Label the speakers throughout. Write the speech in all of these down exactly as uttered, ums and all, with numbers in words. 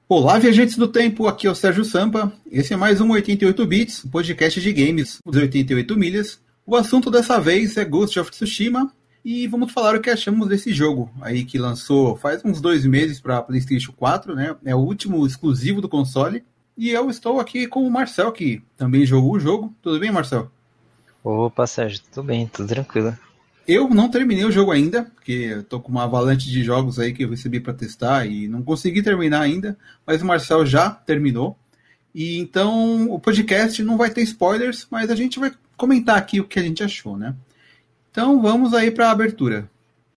Speaker 1: Olá, viajantes do tempo, aqui é o Sérgio Sampa. Esse é mais um oitenta e oito bits, podcast de games dos oitenta e oito milhas. O assunto dessa vez é Ghost of Tsushima e vamos falar o que achamos desse jogo aí que lançou faz uns dois meses para PlayStation quatro, né? É o último exclusivo do console. E eu estou aqui com o Marcel, que também jogou o jogo. Tudo bem, Marcel?
Speaker 2: Opa, Sérgio, tudo bem, tudo tranquilo.
Speaker 1: Eu não terminei o jogo ainda, porque eu tô com uma avalanche de jogos aí que eu recebi para testar e não consegui terminar ainda, mas o Marcel já terminou. E então o podcast não vai ter spoilers, mas a gente vai comentar aqui o que a gente achou, né? Então vamos aí para a abertura.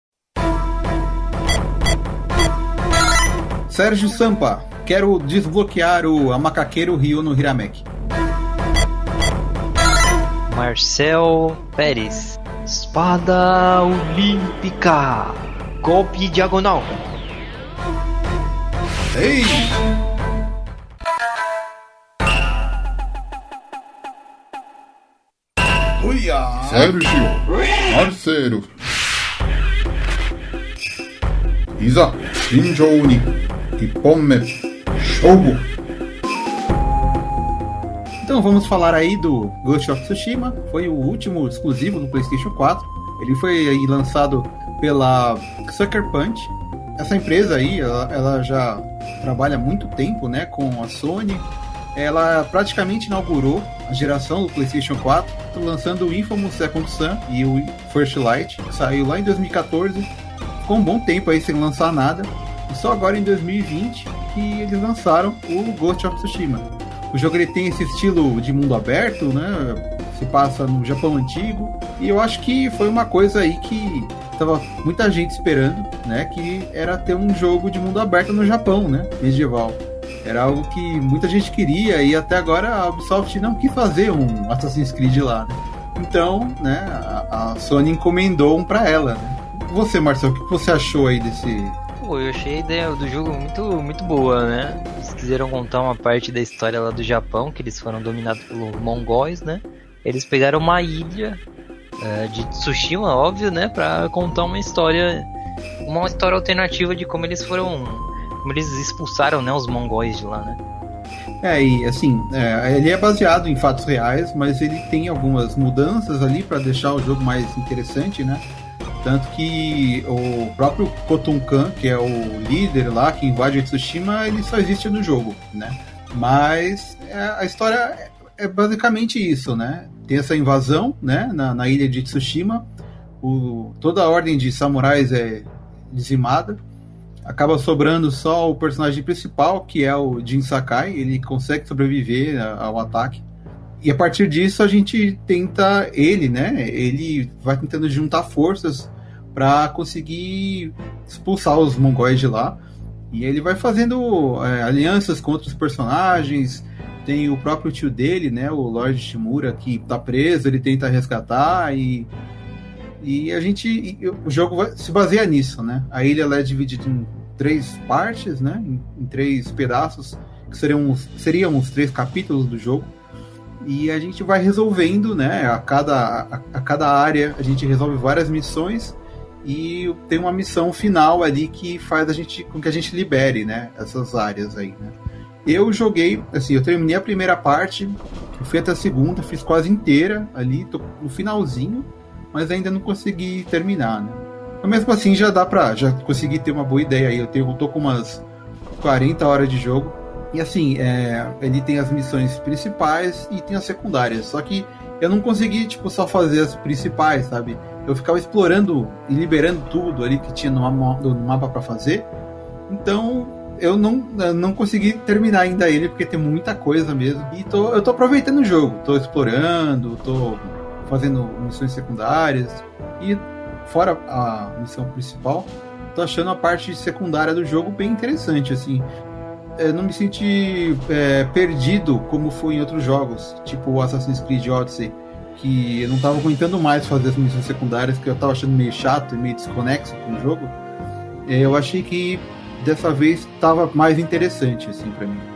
Speaker 1: Sérgio Sampa, quero desbloquear o Amacaqueiro Ryu no Hirameki.
Speaker 2: Marcel Pérez, espada olímpica, golpe diagonal.
Speaker 1: Ei! Uia!
Speaker 3: Sérgio, Marcelo, Iza, Shinjou ni Ipponme Shogu.
Speaker 1: Então vamos falar aí do Ghost of Tsushima. Foi o último exclusivo do PlayStation quatro. Ele foi aí lançado pela Sucker Punch. Essa empresa aí, ela, ela já trabalha há muito tempo, né, com a Sony. Ela praticamente inaugurou a geração do PlayStation quatro, lançando o Infamous Second Son e o First Light, que saiu lá em dois mil e catorze. Ficou um bom tempo aí sem lançar nada. E só agora em dois mil e vinte que eles lançaram o Ghost of Tsushima. O jogo ele tem esse estilo de mundo aberto, né? Se passa no Japão antigo. E eu acho que foi uma coisa aí que tava muita gente esperando, né? Que era ter um jogo de mundo aberto no Japão, né? Medieval. Era algo que muita gente queria e até agora a Ubisoft não quis fazer um Assassin's Creed lá, né? Então, né? A, a Sony encomendou um pra ela, né? Você, Marcelo, o que você achou aí desse...
Speaker 2: Pô, eu achei a ideia do jogo muito, muito boa, né? Eles quiseram contar uma parte da história lá do Japão, que eles foram dominados pelos mongóis, né? Eles pegaram uma ilha uh, de Tsushima, óbvio, né? Pra contar uma história, uma história alternativa de como eles foram, como eles expulsaram, né, os mongóis de lá, né?
Speaker 1: É, e assim, é, ele é baseado em fatos reais, mas ele tem algumas mudanças ali pra deixar o jogo mais interessante, né? Tanto que o próprio Khotun-Khan, que é o líder lá, que invade Tsushima, ele só existe no jogo, né? Mas é, a história é basicamente isso, né? Tem essa invasão, né, na, na ilha de Tsushima, o, toda a ordem de samurais é dizimada, acaba sobrando só o personagem principal, que é o Jin Sakai, ele consegue sobreviver ao ataque. E a partir disso a gente tenta, ele, né, ele vai tentando juntar forças para conseguir expulsar os mongóis de lá. E ele vai fazendo é, alianças com outros personagens. Tem o próprio tio dele, né, o Lord Shimura, que tá preso, ele tenta resgatar. E, e a gente, e, o jogo vai, se baseia nisso, né. A ilha ela é dividida em três partes, né, em, em três pedaços, que seriam, seriam os três capítulos do jogo. E a gente vai resolvendo, né, a cada, a, a cada área a gente resolve várias missões e tem uma missão final ali que faz a gente, com que a gente libere, né, essas áreas aí, né. Eu joguei, assim, eu terminei a primeira parte, eu fui até a segunda, fiz quase inteira ali, tô no finalzinho, mas ainda não consegui terminar, né. Mas mesmo assim já dá pra, já consegui ter uma boa ideia aí, eu, tenho, eu tô com umas quarenta horas de jogo. E assim, é, ele tem as missões principais e tem as secundárias. Só que eu não consegui, tipo, só fazer as principais, sabe? Eu ficava explorando e liberando tudo ali que tinha no, no mapa pra fazer. Então, eu não, eu não consegui terminar ainda ele, porque tem muita coisa mesmo. E tô, eu tô aproveitando o jogo. Tô explorando, tô fazendo missões secundárias. E fora a missão principal, tô achando a parte secundária do jogo bem interessante, assim. Eu não me senti é, perdido como foi em outros jogos, tipo o Assassin's Creed Odyssey, que eu não tava aguentando mais fazer as missões secundárias, que eu tava achando meio chato e meio desconexo com o jogo. Eu achei que dessa vez tava mais interessante, assim, pra mim.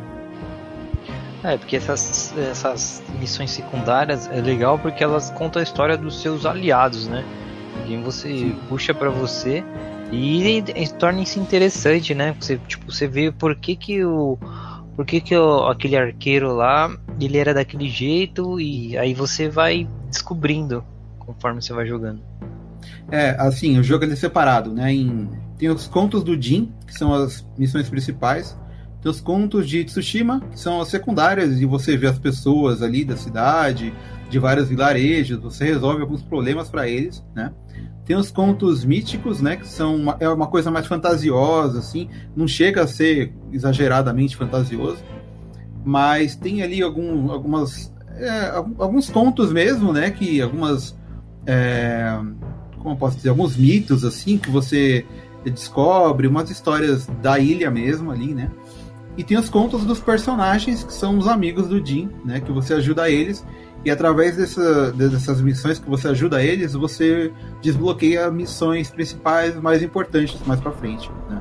Speaker 2: É, porque essas, essas missões secundárias é legal porque elas contam a história dos seus aliados, né? Quem você Sim. puxa pra você E, e torna-se interessante, né? Você, tipo, você vê por que que o... Por que que o, aquele arqueiro lá, ele era daquele jeito, e aí você vai descobrindo conforme você vai jogando.
Speaker 1: É, assim, o jogo ele é separado, né? Em, tem os contos do Jin, que são as missões principais. Tem os contos de Tsushima, que são as secundárias, e você vê as pessoas ali da cidade, de vários vilarejos, você resolve alguns problemas para eles, né? Tem os contos míticos, né, que são uma, é uma coisa mais fantasiosa, assim, não chega a ser exageradamente fantasioso, mas tem ali algum, algumas, é, alguns contos mesmo, né, que algumas, é, como eu posso dizer, alguns mitos, assim, que você descobre, umas histórias da ilha mesmo ali, né, e tem os contos dos personagens, que são os amigos do Jin, né, que você ajuda eles. E através dessa, dessas missões que você ajuda eles, você desbloqueia missões principais mais importantes mais pra frente, né?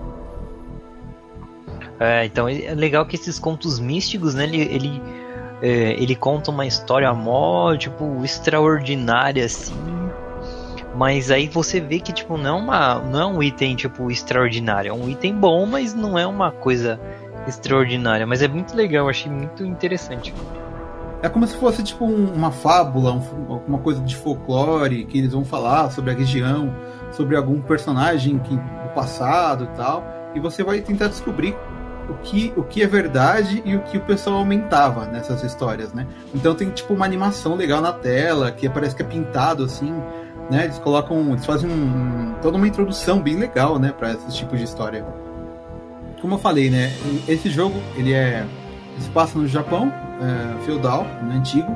Speaker 2: É, então é legal que esses contos místicos, né, ele, ele, é, ele conta uma história mó, tipo, extraordinária, assim, mas aí você vê que, tipo, não é, uma, não é um item, tipo, extraordinário, é um item bom, mas não é uma coisa extraordinária, mas é muito legal, eu achei muito interessante.
Speaker 1: É como se fosse tipo um, uma fábula, um, uma coisa de folclore que eles vão falar sobre a região, sobre algum personagem que, do passado e tal, e você vai tentar descobrir o que, o que é verdade e o que o pessoal aumentava nessas histórias, né? Então tem tipo uma animação legal na tela, que parece que é pintado assim, né? Eles colocam, eles fazem um, toda uma introdução bem legal, né, para esse tipo de história. Como eu falei, né, esse jogo ele é se passa no Japão é, feudal, né, antigo.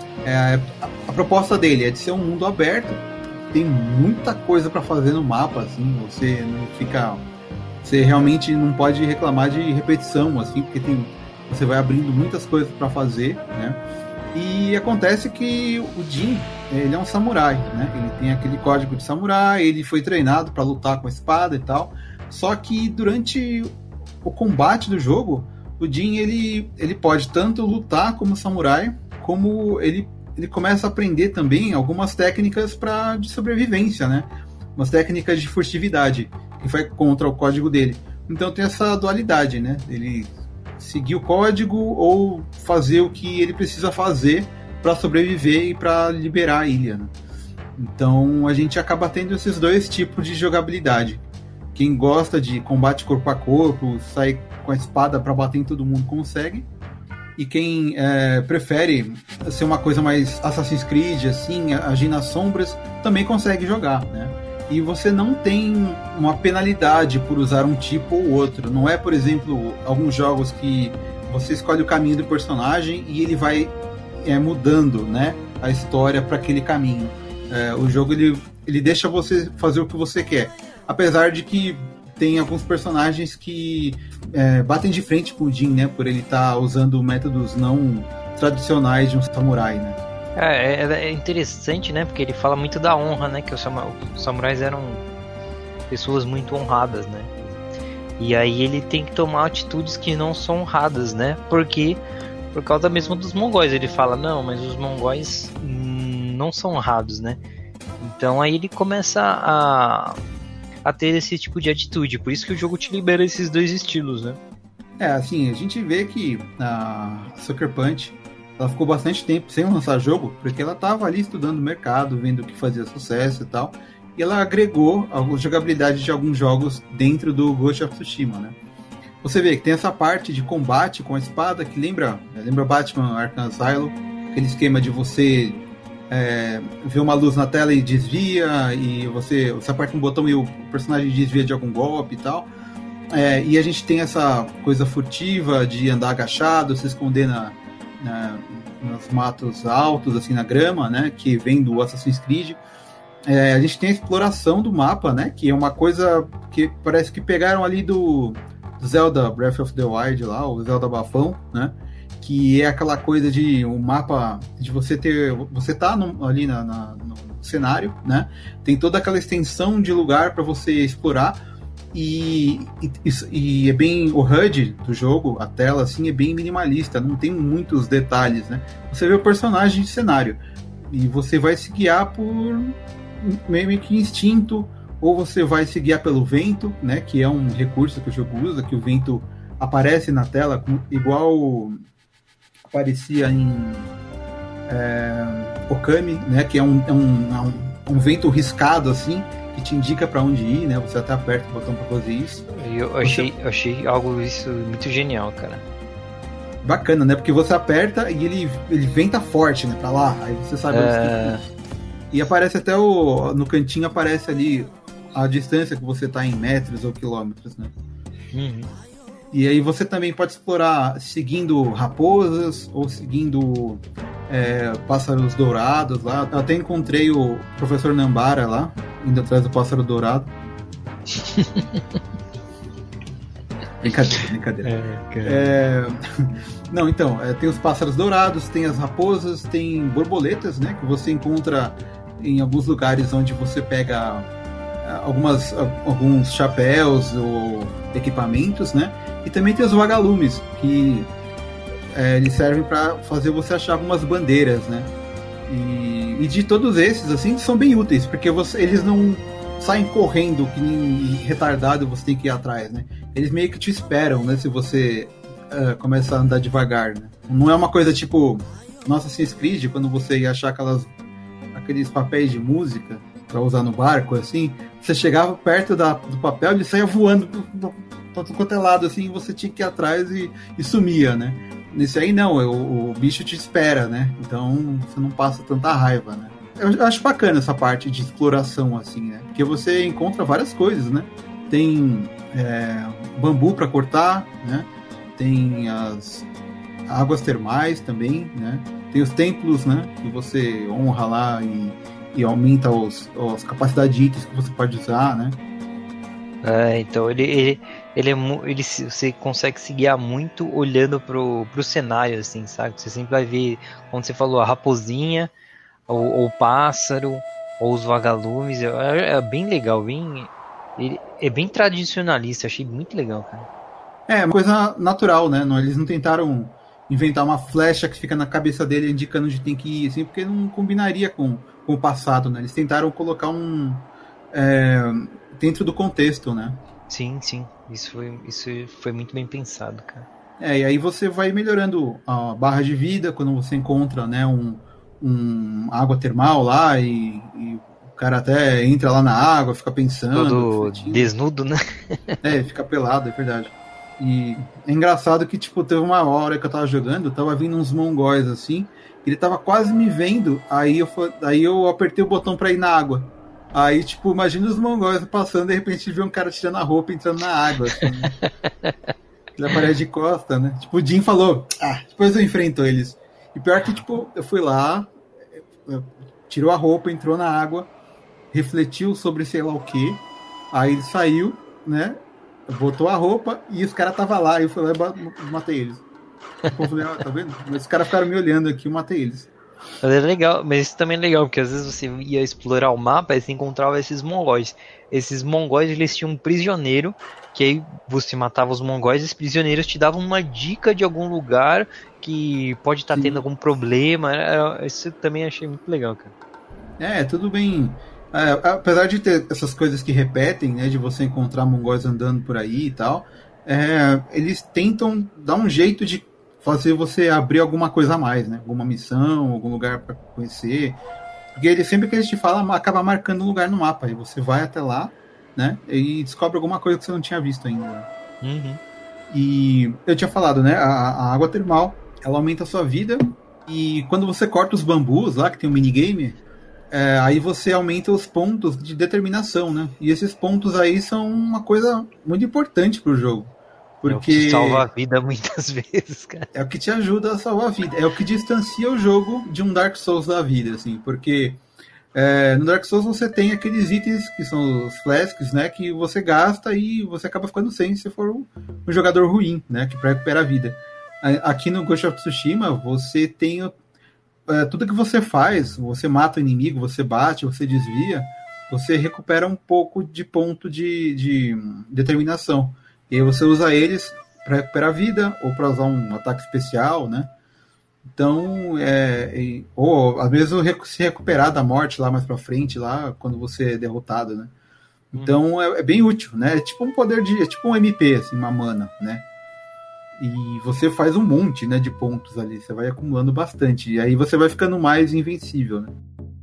Speaker 1: É, a, a proposta dele é de ser um mundo aberto. Tem muita coisa para fazer no mapa, assim. Você não fica, você realmente não pode reclamar de repetição, assim, porque tem, você vai abrindo muitas coisas para fazer, né? E acontece que o Jin, ele é um samurai, né? Ele tem aquele código de samurai, ele foi treinado para lutar com a espada e tal. Só que durante o combate do jogo, o Jin, ele, ele pode tanto lutar como samurai, como ele, ele começa a aprender também algumas técnicas pra, de sobrevivência, né? Umas técnicas de furtividade, que vai contra o código dele. Então tem essa dualidade, né? Ele seguir o código ou fazer o que ele precisa fazer para sobreviver e para liberar a ilha, né? Então a gente acaba tendo esses dois tipos de jogabilidade. Quem gosta de combate corpo a corpo, sai com a espada para bater em todo mundo, consegue. E quem é, prefere ser uma coisa mais Assassin's Creed, assim, agir nas sombras, também consegue jogar, né? E você não tem uma penalidade por usar um tipo ou outro. Não é, por exemplo, alguns jogos que você escolhe o caminho do personagem e ele vai é, mudando, né, a história para aquele caminho. É, o jogo ele, ele deixa você fazer o que você quer. Apesar de que tem alguns personagens que é, batem de frente com o Jin, né? Por ele estar tá usando métodos não tradicionais de um samurai, né?
Speaker 2: É, é interessante, né? Porque ele fala muito da honra, né? Que os samurais eram pessoas muito honradas, né? E aí ele tem que tomar atitudes que não são honradas, né? Porque por causa mesmo dos mongóis. Ele fala, não, mas os mongóis hum, não são honrados, né? Então aí ele começa a... a ter esse tipo de atitude, por isso que o jogo te libera esses dois estilos, né?
Speaker 1: É, assim, a gente vê que a Sucker Punch, ela ficou bastante tempo sem lançar jogo, porque ela estava ali estudando o mercado, vendo o que fazia sucesso e tal, e ela agregou a jogabilidade de alguns jogos dentro do Ghost of Tsushima, né? Você vê que tem essa parte de combate com a espada que lembra, lembra Batman Arkham Asylum, aquele esquema de você É, vê uma luz na tela e desvia, e você, você aperta um botão e o personagem desvia de algum golpe e tal. É, e a gente tem essa coisa furtiva de andar agachado, se esconder na, na, nos matos altos, assim, na grama, né, que vem do Assassin's Creed. É, a gente tem a exploração do mapa, né, que é uma coisa que parece que pegaram ali do, do Zelda Breath of the Wild lá, o Zelda Bafão, né, que é aquela coisa de um mapa de você ter, você tá no, ali na, na, no cenário, né? Tem toda aquela extensão de lugar para você explorar e, e, e é bem o H U D do jogo, a tela assim é bem minimalista, não tem muitos detalhes, né? Você vê o personagem de cenário e você vai se guiar por meio que instinto ou você vai se guiar pelo vento, né, que é um recurso que o jogo usa, que o vento aparece na tela, igual aparecia em é, Okami, né, que é um, é um, é um, um vento riscado assim, que te indica para onde ir, né, você até aperta o botão para fazer isso.
Speaker 2: Eu achei, você... achei algo isso muito genial, cara.
Speaker 1: Bacana, né, porque você aperta e ele, ele venta forte, né, pra lá, aí você sabe onde
Speaker 2: é...
Speaker 1: você tem que ir. E aparece até o... no cantinho aparece ali a distância que você tá em metros ou quilômetros, né?
Speaker 2: Uhum.
Speaker 1: E aí você também pode explorar seguindo raposas ou seguindo é, pássaros dourados lá. Eu até encontrei o professor Nambara lá, indo atrás do pássaro dourado. Brincadeira, brincadeira. É, é... Não, então, é, tem os pássaros dourados, tem as raposas, tem borboletas, né? Que você encontra em alguns lugares onde você pega algumas, alguns chapéus ou equipamentos, né? E também tem os vagalumes, que é, eles servem para fazer você achar algumas bandeiras, né? E, e de todos esses, assim, são bem úteis, porque você, eles não saem correndo que nem retardado você tem que ir atrás, né? Eles meio que te esperam, né? Se você uh, começa a andar devagar, né? Não é uma coisa tipo nossa, Assassin's Creed, quando você ia achar aquelas, aqueles papéis de música para usar no barco, assim, você chegava perto da, do papel e ele saía voando para todo quanto é lado, assim, e você tinha que ir atrás e, e sumia, né? Nesse aí não, o, o bicho te espera, né? Então você não passa tanta raiva, né? Eu acho bacana essa parte de exploração, assim, né? Porque você encontra várias coisas, né? Tem é, bambu para cortar, né? Tem as águas termais também, né? Tem os templos, né? Que você honra lá e, e aumenta os, as capacidades de itens que você pode usar, né?
Speaker 2: É, então ele, ele, ele, é, ele você consegue se guiar muito olhando pro, pro cenário, assim, sabe? Você sempre vai ver, como você falou, a raposinha, ou, ou o pássaro, ou os vagalumes. É, é bem legal, bem, ele, é bem tradicionalista, achei muito legal, cara.
Speaker 1: É, uma coisa natural, né? Eles não tentaram inventar uma flecha que fica na cabeça dele indicando onde tem que ir, assim, porque não combinaria com, com o passado, né? Eles tentaram colocar um... É, dentro do contexto, né?
Speaker 2: Sim, sim. Isso foi, isso foi muito bem pensado, cara.
Speaker 1: É, e aí você vai melhorando a barra de vida quando você encontra, né, um, um água termal lá e, e o cara até entra lá na água, fica pensando.
Speaker 2: Todo
Speaker 1: refletindo.
Speaker 2: Desnudo, né?
Speaker 1: É, fica pelado, é verdade. E é engraçado que, tipo, teve uma hora que eu tava jogando, tava vindo uns mongóis assim, ele tava quase me vendo, aí eu, aí eu apertei o botão pra ir na água. Aí, tipo, imagina os mongóis passando, de repente vê um cara tirando a roupa e entrando na água. Assim, né? Ele aparece de costa, né? Tipo, o Jim falou, ah, depois eu enfrento eles. E pior que, tipo, eu fui lá, tirou a roupa, entrou na água, refletiu sobre sei lá o que, aí ele saiu, né? Botou a roupa e os caras estavam lá, e eu fui lá e matei eles. Eu falei, ah, tá vendo? Mas os caras ficaram me olhando aqui, eu matei eles.
Speaker 2: Mas é legal, mas isso também é legal, porque às vezes você ia explorar o mapa e você encontrava esses mongóis. Esses mongóis, eles tinham um prisioneiro, que aí você matava os mongóis, e os prisioneiros te davam uma dica de algum lugar que pode estar tá tendo algum problema. Isso também achei muito legal, cara.
Speaker 1: É, tudo bem. É, apesar de ter essas coisas que repetem, né, de você encontrar mongóis andando por aí e tal, é, eles tentam dar um jeito de fazer você abrir alguma coisa a mais, né? Alguma missão, algum lugar para conhecer. Porque ele, sempre que eles te falam, acaba marcando um lugar no mapa. E você vai até lá, né? E descobre alguma coisa que você não tinha visto ainda.
Speaker 2: Uhum.
Speaker 1: E eu tinha falado, né? A, a água termal, ela aumenta a sua vida. E quando você corta os bambus lá, que tem um minigame, é, aí você aumenta os pontos de determinação, né? E esses pontos aí são uma coisa muito importante pro jogo. Porque
Speaker 2: é o que salva a vida muitas vezes, cara.
Speaker 1: É o que te ajuda a salvar a vida. É o que distancia o jogo de um Dark Souls da vida, assim. Porque é, no Dark Souls você tem aqueles itens que são os flasks, né? Que você gasta e você acaba ficando sem se for um, um jogador ruim, né? Que pra recuperar a vida. Aqui no Ghost of Tsushima você tem é, tudo que você faz. Você mata o inimigo, você bate, você desvia. Você recupera um pouco de ponto de, de determinação. E aí você usa eles para recuperar a vida ou para usar um ataque especial, né? Então, é, ou às vezes se recuperar da morte lá mais para frente, lá quando você é derrotado, né? Então é, é bem útil, né? É tipo um poder de. É tipo um M P, assim, uma mana, né? E você faz um monte, né, de pontos ali. Você vai acumulando bastante. E aí você vai ficando mais invencível, né?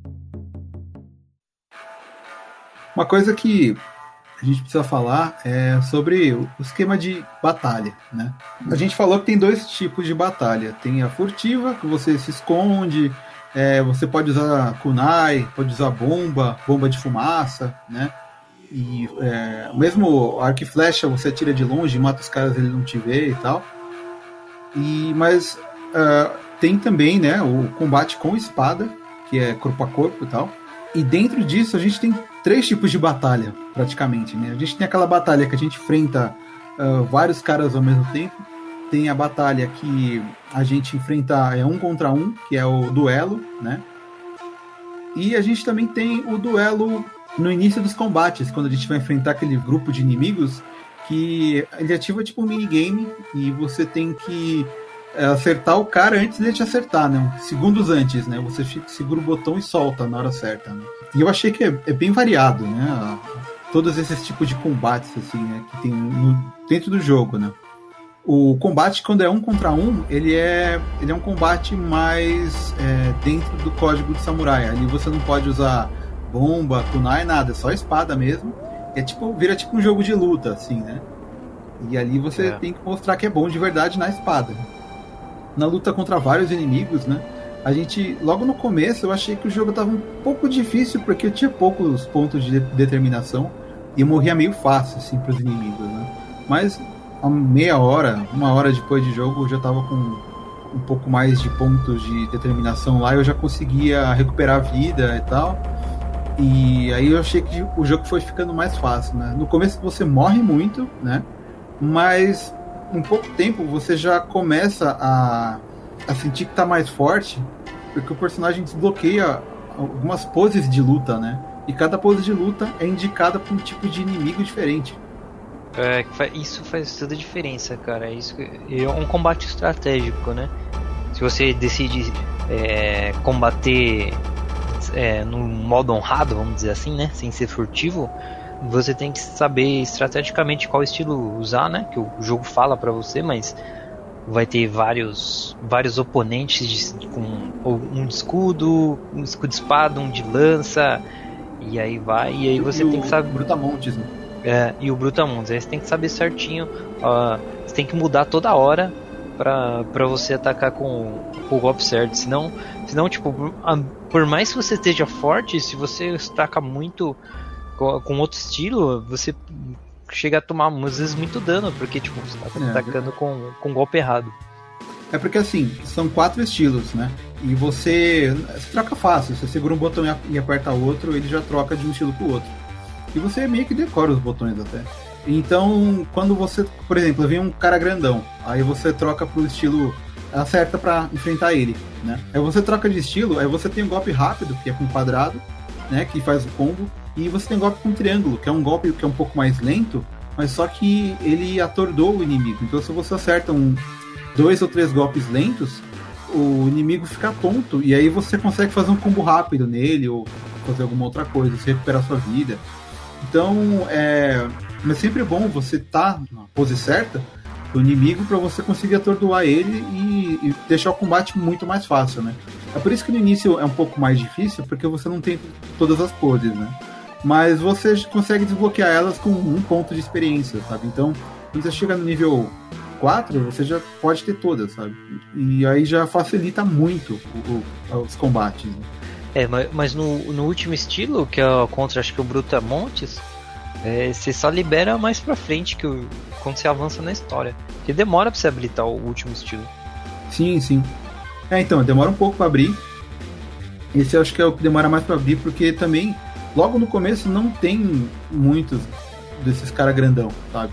Speaker 1: Uma coisa que a gente precisa falar é sobre o esquema de batalha, né? A gente falou que tem dois tipos de batalha. Tem a furtiva, que você se esconde, é, você pode usar kunai, pode usar bomba, bomba de fumaça, né? E é, mesmo arco e flecha, você atira de longe, mata os caras, ele não te vê e tal. E, mas uh, tem também, né, o combate com espada, que é corpo a corpo e tal. E dentro disso a gente tem três tipos de batalha, praticamente, né? A gente tem aquela batalha que a gente enfrenta uh, vários caras ao mesmo tempo. Tem a batalha que a gente enfrenta é um contra um, que é o duelo, né? E a gente também tem o duelo no início dos combates, quando a gente vai enfrentar aquele grupo de inimigos, que ele ativa tipo um minigame e você tem que acertar o cara antes dele te acertar, né? Segundos antes, né? Você fica, segura o botão e solta na hora certa, né? E eu achei que é, é bem variado, né? Todos esses tipos de combates, assim, né? Que tem no, dentro do jogo, né? O combate, quando é um contra um, ele é, ele é um combate mais é, dentro do código de samurai. Ali você não pode usar bomba, kunai, nada, é só espada mesmo. É tipo, vira tipo um jogo de luta, assim, né? E ali você é. tem que mostrar que é bom de verdade na espada. Na luta contra vários inimigos, né? A gente, logo no começo, eu achei que o jogo tava um pouco difícil, porque eu tinha poucos pontos de determinação e eu morria meio fácil, assim, pros inimigos, né? Mas a meia hora, uma hora depois de jogo, eu já tava com um pouco mais de pontos de determinação lá, eu já conseguia recuperar a vida e tal. E aí eu achei que o jogo foi ficando mais fácil, né? No começo você morre muito, né? Mas em pouco tempo você já começa a, a sentir que tá mais forte, porque o personagem desbloqueia algumas poses de luta, né? E cada pose de luta é indicada por um tipo de inimigo diferente.
Speaker 2: É, isso faz toda a diferença, cara. Isso é um combate estratégico, né? Se você decide é, combater é, no modo honrado, vamos dizer assim, né? Sem ser furtivo, você tem que saber estrategicamente qual estilo usar, né? Que o jogo fala pra você, mas vai ter vários, vários oponentes de, com um de escudo, um escudo de espada, um de lança, e aí vai, e aí você
Speaker 1: e
Speaker 2: tem que saber.
Speaker 1: Brutamontes, né?
Speaker 2: É, e o Brutamontes, aí você tem que saber certinho, uh, você tem que mudar toda hora pra, pra você atacar com, com o golpe certo, senão, senão tipo, por mais que você esteja forte, se você ataca muito com, com outro estilo, você chega a tomar às vezes muito dano, porque tipo, você tá é, atacando com, com o golpe errado.
Speaker 1: É porque assim, são quatro estilos, né? E você, você troca fácil, você segura um botão e aperta outro, ele já troca de um estilo pro outro. E você meio que decora os botões até. Então, quando você, por exemplo, vem um cara grandão, aí você troca pro estilo, acerta pra enfrentar ele, né? Aí você troca de estilo, aí você tem um golpe rápido, que é com quadrado, né? Que faz o combo. E você tem um golpe com triângulo, que é um golpe que é um pouco mais lento, mas só que ele atordou o inimigo. Então, se você acerta um, dois ou três golpes lentos, o inimigo fica tonto, e aí você consegue fazer um combo rápido nele, ou fazer alguma outra coisa, você recuperar sua vida. Então, é, é sempre bom você estar tá na pose certa do inimigo para você conseguir atordoar ele e, e deixar o combate muito mais fácil, né? É por isso que no início é um pouco mais difícil, porque você não tem todas as poses, né? Mas você consegue desbloquear elas com um ponto de experiência, sabe? Então, quando você chega no nível quatro, você já pode ter todas, sabe? E aí já facilita muito o, o, os combates, né?
Speaker 2: É, mas no, no último estilo, que é contra, acho que o Brutamontes, é, você só libera mais pra frente que o, quando você avança na história. Porque demora pra você habilitar o último estilo.
Speaker 1: Sim, sim. É, então, demora um pouco pra abrir. Esse eu acho que é o que demora mais pra abrir, porque também, logo no começo, não tem muitos desses caras grandão, sabe?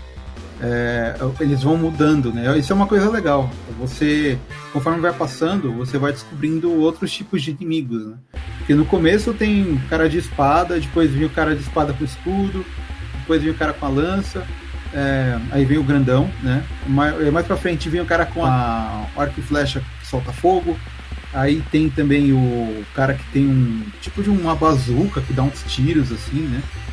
Speaker 1: É, eles vão mudando, né? Isso é uma coisa legal. Você, conforme vai passando, você vai descobrindo outros tipos de inimigos, né? Porque no começo tem cara de espada, depois vem o cara de espada com escudo, depois vem o cara com a lança, é, aí vem o grandão, né? Mais, mais pra frente vem o cara com a arco e flecha que solta fogo. Aí tem também o cara que tem um tipo de uma bazuca que dá uns tiros assim, né?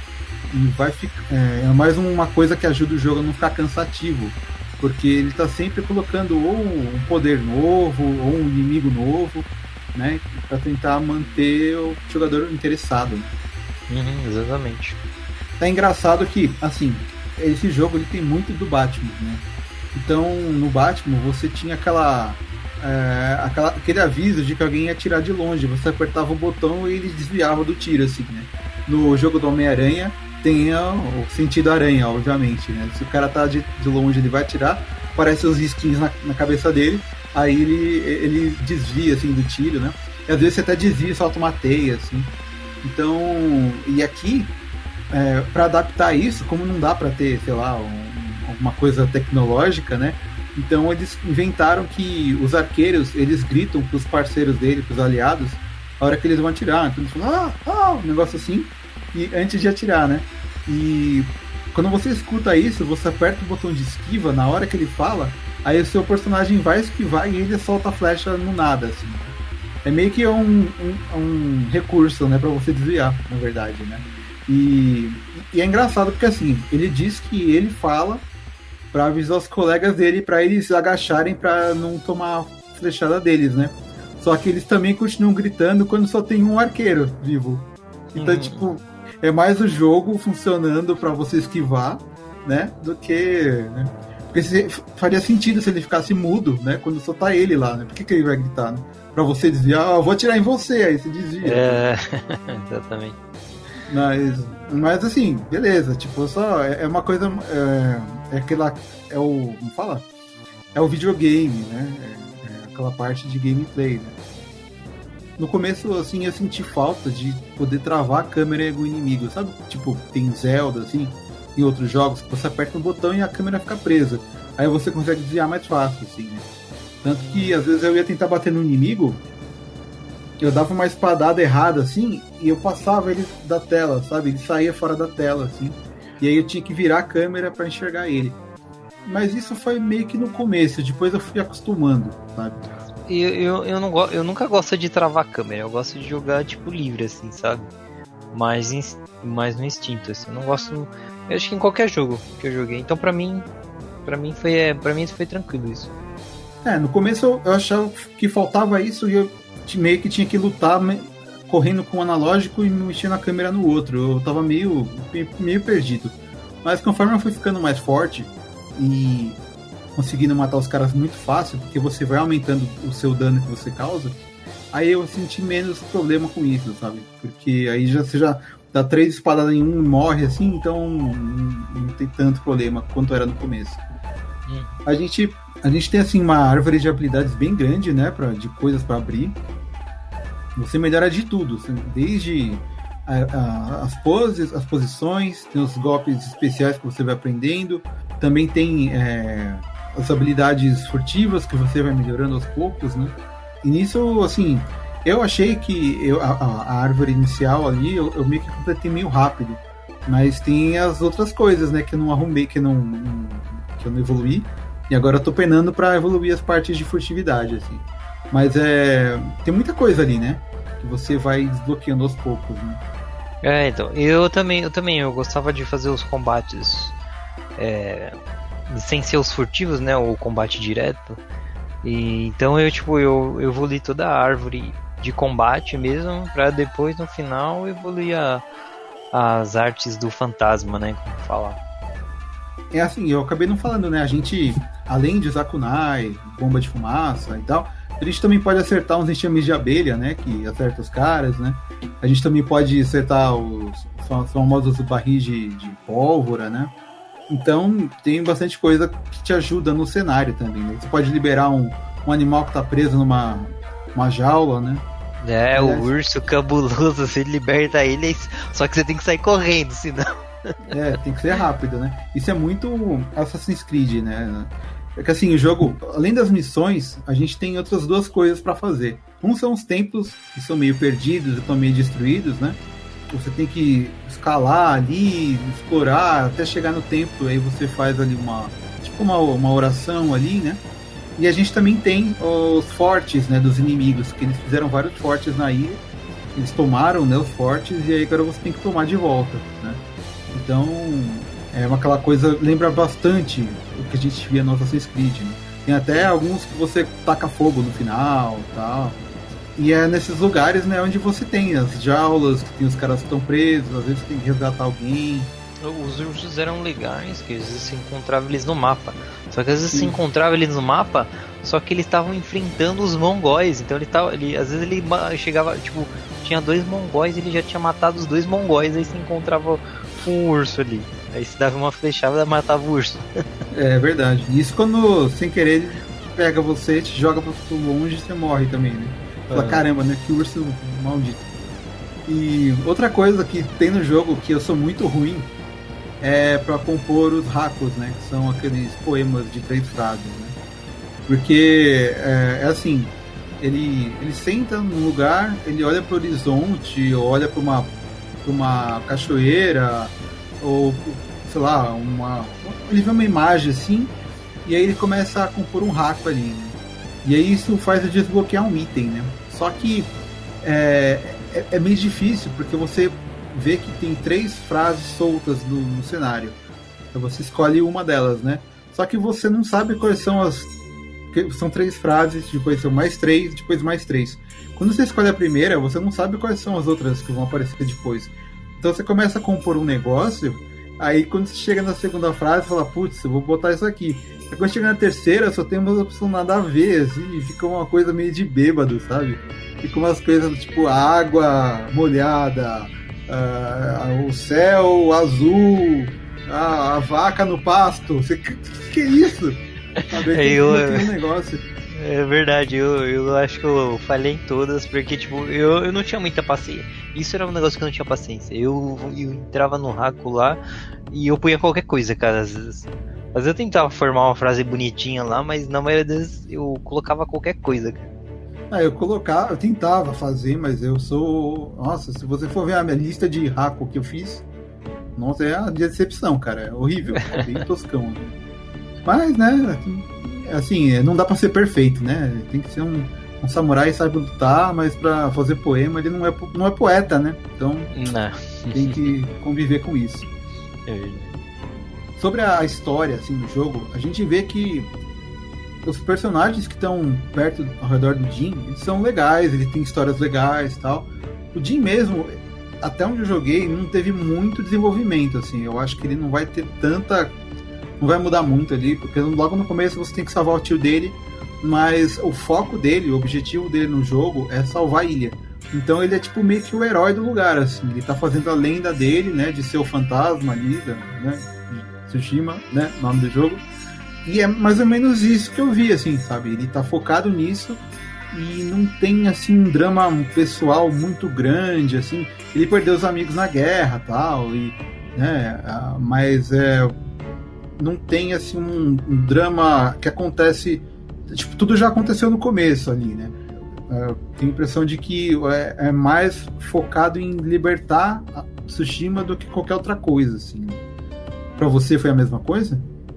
Speaker 1: e vai ficar, é, é mais uma coisa que ajuda o jogo a não ficar cansativo, porque ele tá sempre colocando ou um poder novo ou um inimigo novo, né, para tentar manter o jogador interessado.
Speaker 2: Uhum, exatamente.
Speaker 1: É engraçado que, assim, esse jogo ele tem muito do Batman, né? Então, no Batman você tinha aquela, é, aquela aquele aviso de que alguém ia atirar de longe, você apertava o botão e ele desviava do tiro, assim, né? No jogo do Homem-Aranha tem o sentido aranha, obviamente, né? Se o cara tá de, de longe, ele vai atirar, aparecem os skins na, na cabeça dele, aí ele, ele desvia, assim, do tiro, né? E às vezes você até desvia e solta uma teia, assim. Então, e aqui, é, para adaptar isso, como não dá para ter, sei lá, um, alguma coisa tecnológica, né? Então eles inventaram que os arqueiros, eles gritam pros parceiros dele, pros aliados, a hora que eles vão atirar. Então eles falam, ah, ah, um negócio assim, e antes de atirar, né? E quando você escuta isso, você aperta o botão de esquiva na hora que ele fala, aí o seu personagem vai esquivar e ele solta a flecha no nada, assim. É meio que um, um, um recurso, né, pra você desviar, na verdade, né? E, e é engraçado porque, assim, ele diz que ele fala pra avisar os colegas dele pra eles agacharem pra não tomar a flechada deles, né? Só que eles também continuam gritando quando só tem um arqueiro vivo. Então, hum. tipo, é mais o jogo funcionando pra você esquivar, né, do que... Né? Porque se, faria sentido se ele ficasse mudo, né, quando só tá ele lá, né? Por que, que ele vai gritar, né? Pra você desviar, ah, eu vou atirar em você, aí você desvia.
Speaker 2: É, exatamente.
Speaker 1: Mas, mas assim, beleza, tipo, só é, é uma coisa, é, é aquela, é o, como fala? É o videogame, né, é, é aquela parte de gameplay, né. No começo, assim, eu senti falta de poder travar a câmera do inimigo, sabe? Tipo, tem Zelda, assim, em outros jogos, que você aperta um botão e a câmera fica presa. Aí você consegue desviar mais fácil, assim, né. Tanto que, às vezes, eu ia tentar bater no inimigo, eu dava uma espadada errada, assim, e eu passava ele da tela, sabe? Ele saía fora da tela, assim. E aí eu tinha que virar a câmera pra enxergar ele. Mas isso foi meio que no começo, depois eu fui acostumando, sabe?
Speaker 2: Eu, eu, eu, não go- eu nunca gosto de travar a câmera, eu gosto de jogar, tipo, livre, assim, sabe? Mais, in- mais no instinto, assim. Eu não gosto... Eu acho que em qualquer jogo que eu joguei. Então, pra mim, pra mim foi, é, pra mim foi tranquilo isso.
Speaker 1: É, no começo eu, eu achava que faltava isso e eu meio que tinha que lutar me, correndo com um analógico e mexendo a câmera no outro. Eu tava meio, meio perdido. Mas conforme eu fui ficando mais forte e conseguindo matar os caras muito fácil, porque você vai aumentando o seu dano que você causa, aí eu senti menos problema com isso, sabe? Porque aí já, você já dá três espadadas em um e morre assim, então não, não tem tanto problema quanto era no começo. Hum. A gente... A gente tem assim uma árvore de habilidades bem grande, né, pra, de coisas para abrir. Você melhora de tudo, assim, desde a, a, as poses, as posições, tem os golpes especiais que você vai aprendendo. Também tem é, as habilidades furtivas que você vai melhorando aos poucos, né? E nisso, assim, eu achei que eu, a, a árvore inicial ali eu, eu meio que completei meio rápido, mas tem as outras coisas, né, que eu não arrumei, que eu não, não que eu não evoluí. E agora eu tô penando pra evoluir as partes de furtividade, assim. Mas é... tem muita coisa ali, né? Que você vai desbloqueando aos poucos, né?
Speaker 2: É, então. Eu também, eu também, eu gostava de fazer os combates é, sem ser os furtivos, né? O combate direto. E, então eu, tipo, eu, eu evolui toda a árvore de combate mesmo, pra depois, no final, evoluir a, as artes do fantasma, né? Como falar.
Speaker 1: É assim, eu acabei não falando, né? A gente, além de usar kunai, bomba de fumaça e tal, a gente também pode acertar uns enxames de abelha, né? Que acerta os caras, né? A gente também pode acertar os, os famosos barris de, de pólvora, né? Então, tem bastante coisa que te ajuda no cenário também, né? Você pode liberar um, um animal que tá preso numa uma jaula, né?
Speaker 2: É, Aliás, o urso cabuloso, você liberta ele, só que você tem que sair correndo, senão...
Speaker 1: É, tem que ser rápido, né? Isso é muito Assassin's Creed, né? É que assim, o jogo, além das missões, a gente tem outras duas coisas pra fazer. Um são os templos, que são meio perdidos, estão meio destruídos, né? Você tem que escalar ali, explorar, até chegar no templo, aí você faz ali uma, tipo uma, uma oração ali, né? E a gente também tem os fortes, né, dos inimigos, que eles fizeram vários fortes na ilha, eles tomaram, né, os fortes, e aí agora você tem que tomar de volta, né? Então, é uma, aquela coisa, lembra bastante o que a gente via no Assassin's Creed, né? Tem até alguns que você taca fogo no final e tal. E é nesses lugares, né, onde você tem as jaulas, que tem os caras que estão presos, às vezes tem que resgatar alguém.
Speaker 2: Os ursos eram legais, que às vezes se encontrava eles no mapa. Só que às vezes
Speaker 1: Sim.
Speaker 2: se encontrava eles no mapa, só que eles estavam enfrentando os mongóis. Então ele tava, ele, às vezes ele chegava, tipo, tinha dois mongóis, ele já tinha matado os dois mongóis, aí se encontrava com um urso ali. Aí se dava uma flechada e matava o urso.
Speaker 1: É verdade. Isso quando, sem querer, ele pega você, te joga pra longe e você morre também, né? Fala,
Speaker 2: Ah.
Speaker 1: caramba, né? Que urso maldito. E outra coisa que tem no jogo que eu sou muito ruim é pra compor os hakos, né? Que são aqueles poemas de três frases, né? Porque é, é assim, ele, ele senta num lugar, ele olha pro horizonte, ou olha pra uma, pra uma cachoeira, ou sei lá, uma, ele vê uma imagem assim, e aí ele começa a compor um haku ali, né? E aí isso faz ele desbloquear um item, né? Só que é, é, é meio difícil, porque você vê que tem três frases soltas no, no cenário. Então você escolhe uma delas, né? Só que você não sabe quais são as... São três frases, depois são mais três, depois mais três. Quando você escolhe a primeira, você não sabe quais são as outras que vão aparecer depois. Então você começa a compor um negócio, aí quando você chega na segunda frase, você fala, putz, eu vou botar isso aqui. Aí quando chega na terceira, só tem umas opções nada a ver, assim, e fica uma coisa meio de bêbado, sabe? Fica umas coisas tipo água molhada, uh, o céu azul, a, a vaca no pasto. Você, que, que é isso? Sabe? Aí
Speaker 2: Eu-
Speaker 1: tem um negócio.
Speaker 2: É verdade, eu, eu acho que eu falhei em todas, porque tipo, eu, eu não tinha muita paciência. Isso era um negócio que eu não tinha paciência. Eu, eu entrava no raco lá e eu punha qualquer coisa, cara, às vezes. Às vezes eu tentava formar uma frase bonitinha lá, mas na maioria das vezes eu colocava qualquer coisa, cara.
Speaker 1: Ah, eu colocava, eu tentava fazer, mas eu sou. Nossa, se você for ver a minha lista de raco que eu fiz, nossa, é a decepção, cara. É horrível, é bem toscão. Né? Mas, né, assim, não dá pra ser perfeito, né? Tem que ser um, um samurai, sabe lutar, mas pra fazer poema ele não é, po- não é poeta, né? Então
Speaker 2: Não.
Speaker 1: tem que conviver com isso.
Speaker 2: É verdade.
Speaker 1: Sobre a história, assim, do jogo, a gente vê que os personagens que estão perto, ao redor do Jin, eles são legais, ele tem histórias legais e tal. O Jin mesmo, até onde eu joguei, não teve muito desenvolvimento, assim. Eu acho que ele não vai ter tanta... Não vai mudar muito ali, porque logo no começo você tem que salvar o tio dele, mas o foco dele, o objetivo dele no jogo é salvar a ilha. Então ele é tipo meio que o herói do lugar, assim. Ele tá fazendo a lenda dele, né, de ser o fantasma ali, da, né, de Tsushima, né, nome do jogo. E é mais ou menos isso que eu vi, assim, sabe? Ele tá focado nisso e não tem, assim, um drama pessoal muito grande, assim. Ele perdeu os amigos na guerra, tal, e, né, ah, mas é, não tem, assim, um, um drama que acontece... Tipo, tudo já aconteceu no começo ali, né? Eu tenho a impressão de que é, é mais focado em libertar a Tsushima do que qualquer outra coisa, assim. Pra você foi a mesma coisa?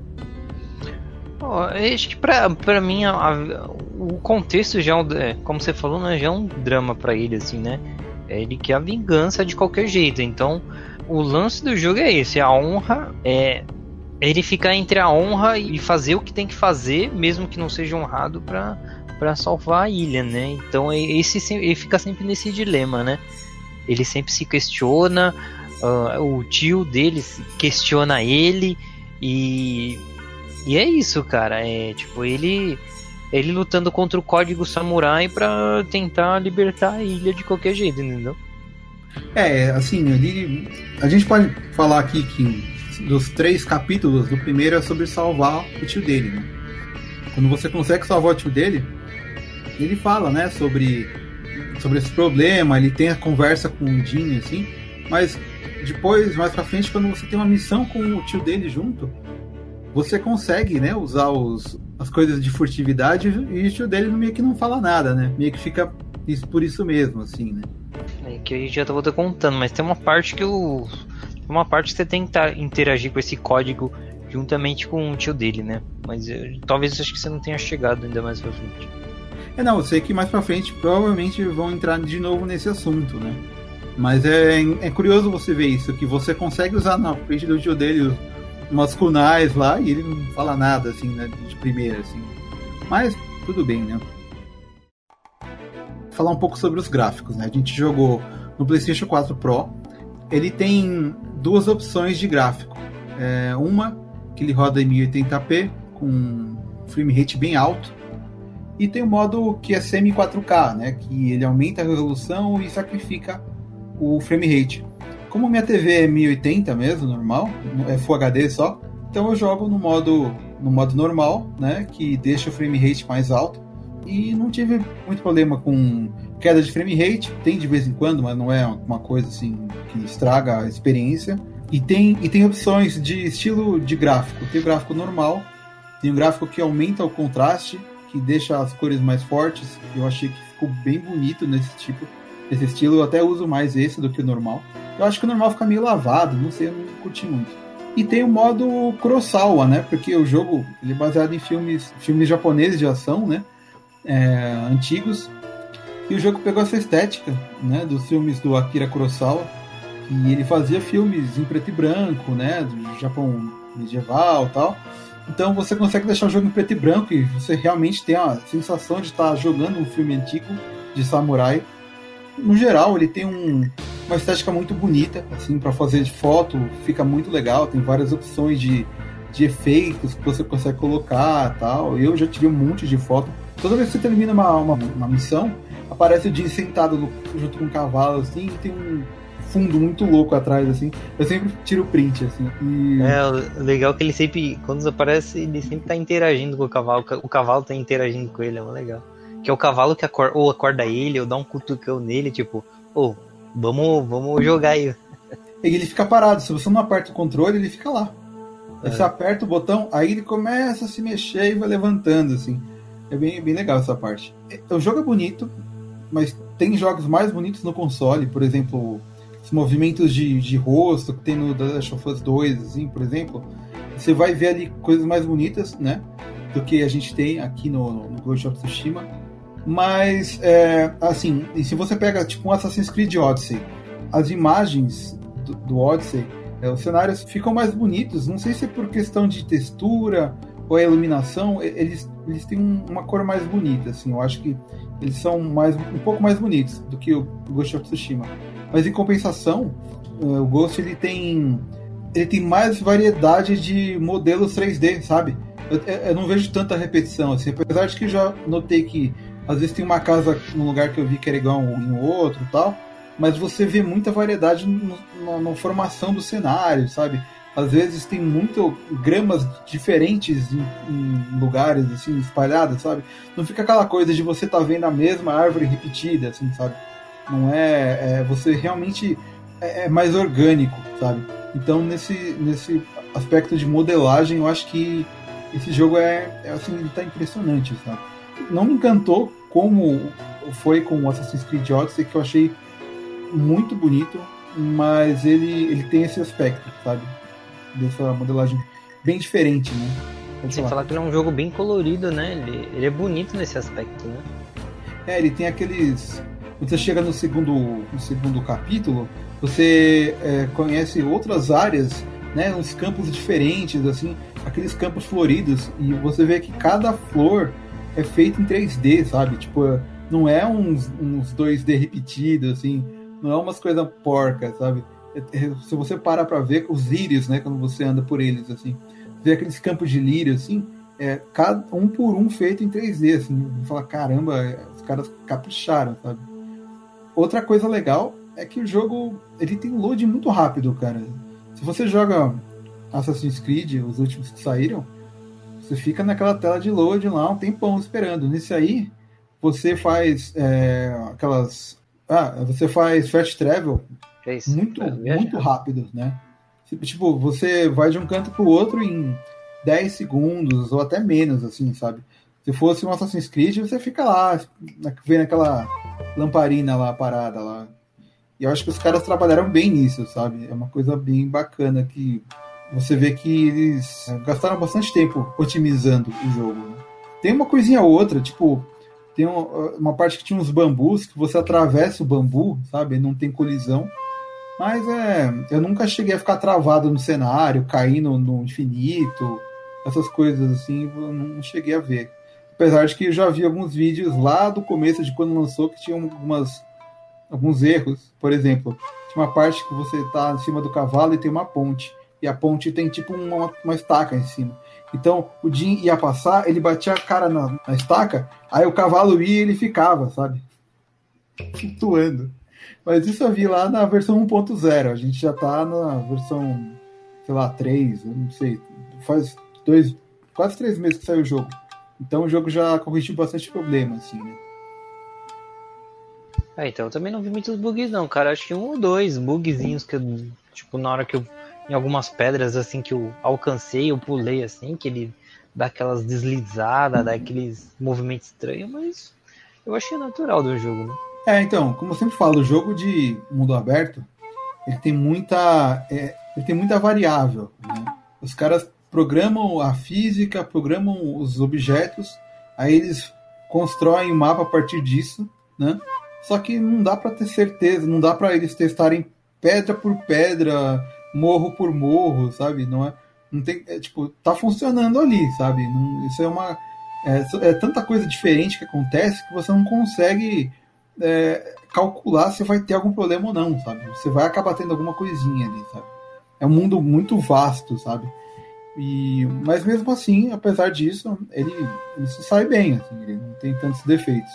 Speaker 2: Ó, eu acho que pra, pra mim a- a- o contexto já é, um- é, como você falou, né, já é um drama pra ele, assim, né? É, ele quer a vingança de qualquer jeito. Então, o lance do jogo é esse: a honra é é ele ficar entre a honra e fazer o que tem que fazer, mesmo que não seja honrado, pra, pra salvar a ilha, né? Então, é- esse, se- ele fica sempre nesse dilema, né? Ele sempre se questiona, ah, o tio dele se questiona ele, e. E é isso, cara. É tipo, ele ele lutando contra o código samurai pra tentar libertar a ilha de qualquer jeito, entendeu?
Speaker 1: É, assim, ele, a gente pode falar aqui que dos três capítulos, do primeiro é sobre salvar o tio dele, né? Quando você consegue salvar o tio dele, ele fala, né, sobre, sobre esse problema, ele tem a conversa com o Jin, assim, mas depois, mais pra frente, quando você tem uma missão com o tio dele junto, você consegue, né, usar os, as coisas de furtividade e o tio dele meio que não fala nada, né? Meio que fica isso, por isso mesmo, assim, né?
Speaker 2: É que a gente já tava contando, mas tem uma parte que o uma parte que você tem que tá- interagir com esse código juntamente com o tio dele, né? Mas eu, talvez acho que você não tenha chegado ainda mais pra frente.
Speaker 1: É, não, eu sei que mais pra frente provavelmente vão entrar de novo nesse assunto, né? Mas é, é curioso você ver isso, que você consegue usar na frente do tio dele umas kunais lá e ele não fala nada, assim, né, de primeira, assim. Mas tudo bem, né? Falar um pouco sobre os gráficos, né? A gente jogou no PlayStation quatro Pro. Ele tem duas opções de gráfico. É, uma que ele roda em mil e oitenta p com frame rate bem alto. E tem o modo que é semi quatro K, né? Que ele aumenta a resolução e sacrifica o frame rate. Como minha T V é mil e oitenta mesmo, normal, é Full H D só, então eu jogo no modo, no modo normal, né? Que deixa o frame rate mais alto. E não tive muito problema com queda de frame rate. Tem de vez em quando, mas não é uma coisa assim que estraga a experiência. E tem, e tem opções de estilo de gráfico. Tem o gráfico normal, tem o gráfico que aumenta o contraste, que deixa as cores mais fortes. Eu achei que ficou bem bonito nesse tipo, nesse estilo. Eu até uso mais esse do que o normal. Eu acho que o normal fica meio lavado, não sei, eu não curti muito. E tem o modo Kurosawa, né? Porque o jogo ele é baseado em filmes, filmes japoneses de ação, né? É, antigos. E o jogo pegou essa estética, né? Dos filmes do Akira Kurosawa. E ele fazia filmes em preto e branco, né? Do Japão medieval e tal. Então você consegue deixar o jogo em preto e branco e você realmente tem a sensação de estar jogando um filme antigo de samurai. No geral, ele tem um, uma estética muito bonita, assim, para fazer de foto, fica muito legal. Tem várias opções de, de efeitos que você consegue colocar, tal. Eu já tirei um monte de foto. Toda vez que você termina uma, uma, uma missão, aparece o Jin sentado no, junto com um cavalo, assim, e tem um fundo muito louco atrás, assim. Eu sempre tiro print, assim. E...
Speaker 2: É, o legal é que ele sempre, quando aparece, ele sempre tá interagindo com o cavalo. O cavalo tá interagindo com ele, é muito legal. Que é o cavalo que acorda, ou acorda ele, ou dá um cutucão nele, tipo, ô, oh, vamos, vamos jogar aí.
Speaker 1: E ele fica parado, se você não aperta o controle, ele fica lá. Aí
Speaker 2: É.
Speaker 1: você aperta o botão, aí ele começa a se mexer e vai levantando, assim. É bem, bem legal essa parte. O jogo é bonito, mas tem jogos mais bonitos no console, por exemplo, os movimentos de, de rosto que tem no The Last of Us dois, assim, por exemplo. Você vai ver ali coisas mais bonitas, né, do que a gente tem aqui no, no Ghost of Tsushima. Mas, é, assim, e se você pega tipo um Assassin's Creed Odyssey, as imagens do, do Odyssey, é, os cenários ficam mais bonitos. Não sei se é por questão de textura ou a iluminação, eles, eles têm um, uma cor mais bonita, assim. Eu acho que eles são mais, um pouco mais bonitos do que o Ghost of Tsushima. Mas em compensação, o Ghost ele tem, ele tem mais variedade de modelos três D, sabe? Eu, eu não vejo tanta repetição, assim, apesar de que já notei que às vezes tem uma casa num lugar que eu vi que era igual em outro e tal, mas você vê muita variedade no, no, na formação do cenário, sabe? Às vezes tem muito gramas diferentes em, em lugares, assim, espalhadas, sabe? Não fica aquela coisa de você estar tá vendo a mesma árvore repetida, assim, sabe? Não é... é você realmente é, é mais orgânico, sabe? Então, nesse, nesse aspecto de modelagem, eu acho que esse jogo é, é assim, ele tá impressionante, sabe? Não me encantou como foi com o Assassin's Creed Odyssey, que eu achei muito bonito, mas ele, ele tem esse aspecto, sabe? Dessa modelagem bem diferente, né? Pode
Speaker 2: Sem
Speaker 1: falar.
Speaker 2: falar que ele é um jogo bem colorido, né? Ele, ele é bonito nesse aspecto, né?
Speaker 1: É, ele tem aqueles... Quando você chega no segundo, no segundo capítulo, você é, conhece outras áreas, né? Uns campos diferentes, assim, aqueles campos floridos, e você vê que cada flor é feito em três D, sabe? Tipo, não é uns, uns dois D repetidos, assim, não é umas coisas porcas, sabe? Se você parar pra ver os lírios, né, quando você anda por eles, assim, vê aqueles campos de lírio, assim, é, cada, um por um feito em três D, assim, você fala, caramba, os caras capricharam, sabe? Outra coisa legal é que o jogo, ele tem load muito rápido, cara. Se você joga Assassin's Creed, os últimos que saíram, você fica naquela tela de load lá um tempão esperando. Nesse aí, você faz é, aquelas... Ah, você faz fast travel
Speaker 2: É isso.
Speaker 1: muito,
Speaker 2: É,
Speaker 1: muito rápido, né? Tipo, você vai de um canto pro outro em dez segundos ou até menos, assim, sabe? Se fosse um Assassin's Creed, você fica lá, vendo aquela lamparina lá parada lá. E eu acho que os caras trabalharam bem nisso, sabe? É uma coisa bem bacana que você vê que eles gastaram bastante tempo otimizando o jogo, né? Tem uma coisinha ou outra, tipo, Tem um, uma parte que tinha uns bambus, que você atravessa o bambu, sabe? Não tem colisão. Mas é, eu nunca cheguei a ficar travado no cenário, caindo no infinito, essas coisas assim, eu não cheguei a ver. Apesar de que eu já vi alguns vídeos lá do começo de quando lançou que tinham algumas, alguns erros. Por exemplo, tinha uma parte que você tá em cima do cavalo e tem uma ponte. E a ponte tem tipo uma, uma estaca em cima. Então o Jim ia passar, ele batia a cara na, na estaca, aí o cavalo ia e ele ficava, sabe? Flutuando. Mas isso eu vi lá na versão um ponto zero. A gente já tá na versão, sei lá, três, eu não sei. Faz dois, quase três meses que saiu o jogo. Então o jogo já corrigiu bastante problema, assim, né?
Speaker 2: É, então eu também não vi muitos bugs não, cara. Acho que um ou dois bugzinhos que eu, tipo, na hora que eu, em algumas pedras, assim, que eu alcancei, eu pulei, assim, que ele dá aquelas deslizadas, dá aqueles movimentos estranhos, mas eu achei natural do jogo, né?
Speaker 1: É, então, como eu sempre falo, o jogo de mundo aberto, ele tem muita, é, ele tem muita variável, né? Os caras programam a física, programam os objetos, aí eles constroem o mapa a partir disso, né? Só que não dá para ter certeza, não dá para eles testarem pedra por pedra, morro por morro, sabe? Não é, não tem, é, tipo, tá funcionando ali, sabe? Não, isso é uma, é, é tanta coisa diferente que acontece que você não consegue é, calcular se vai ter algum problema ou não, sabe? Você vai acabar tendo alguma coisinha ali, sabe? É um mundo muito vasto, sabe? E, mas mesmo assim, apesar disso, ele, ele se sai bem, assim, ele não tem tantos defeitos.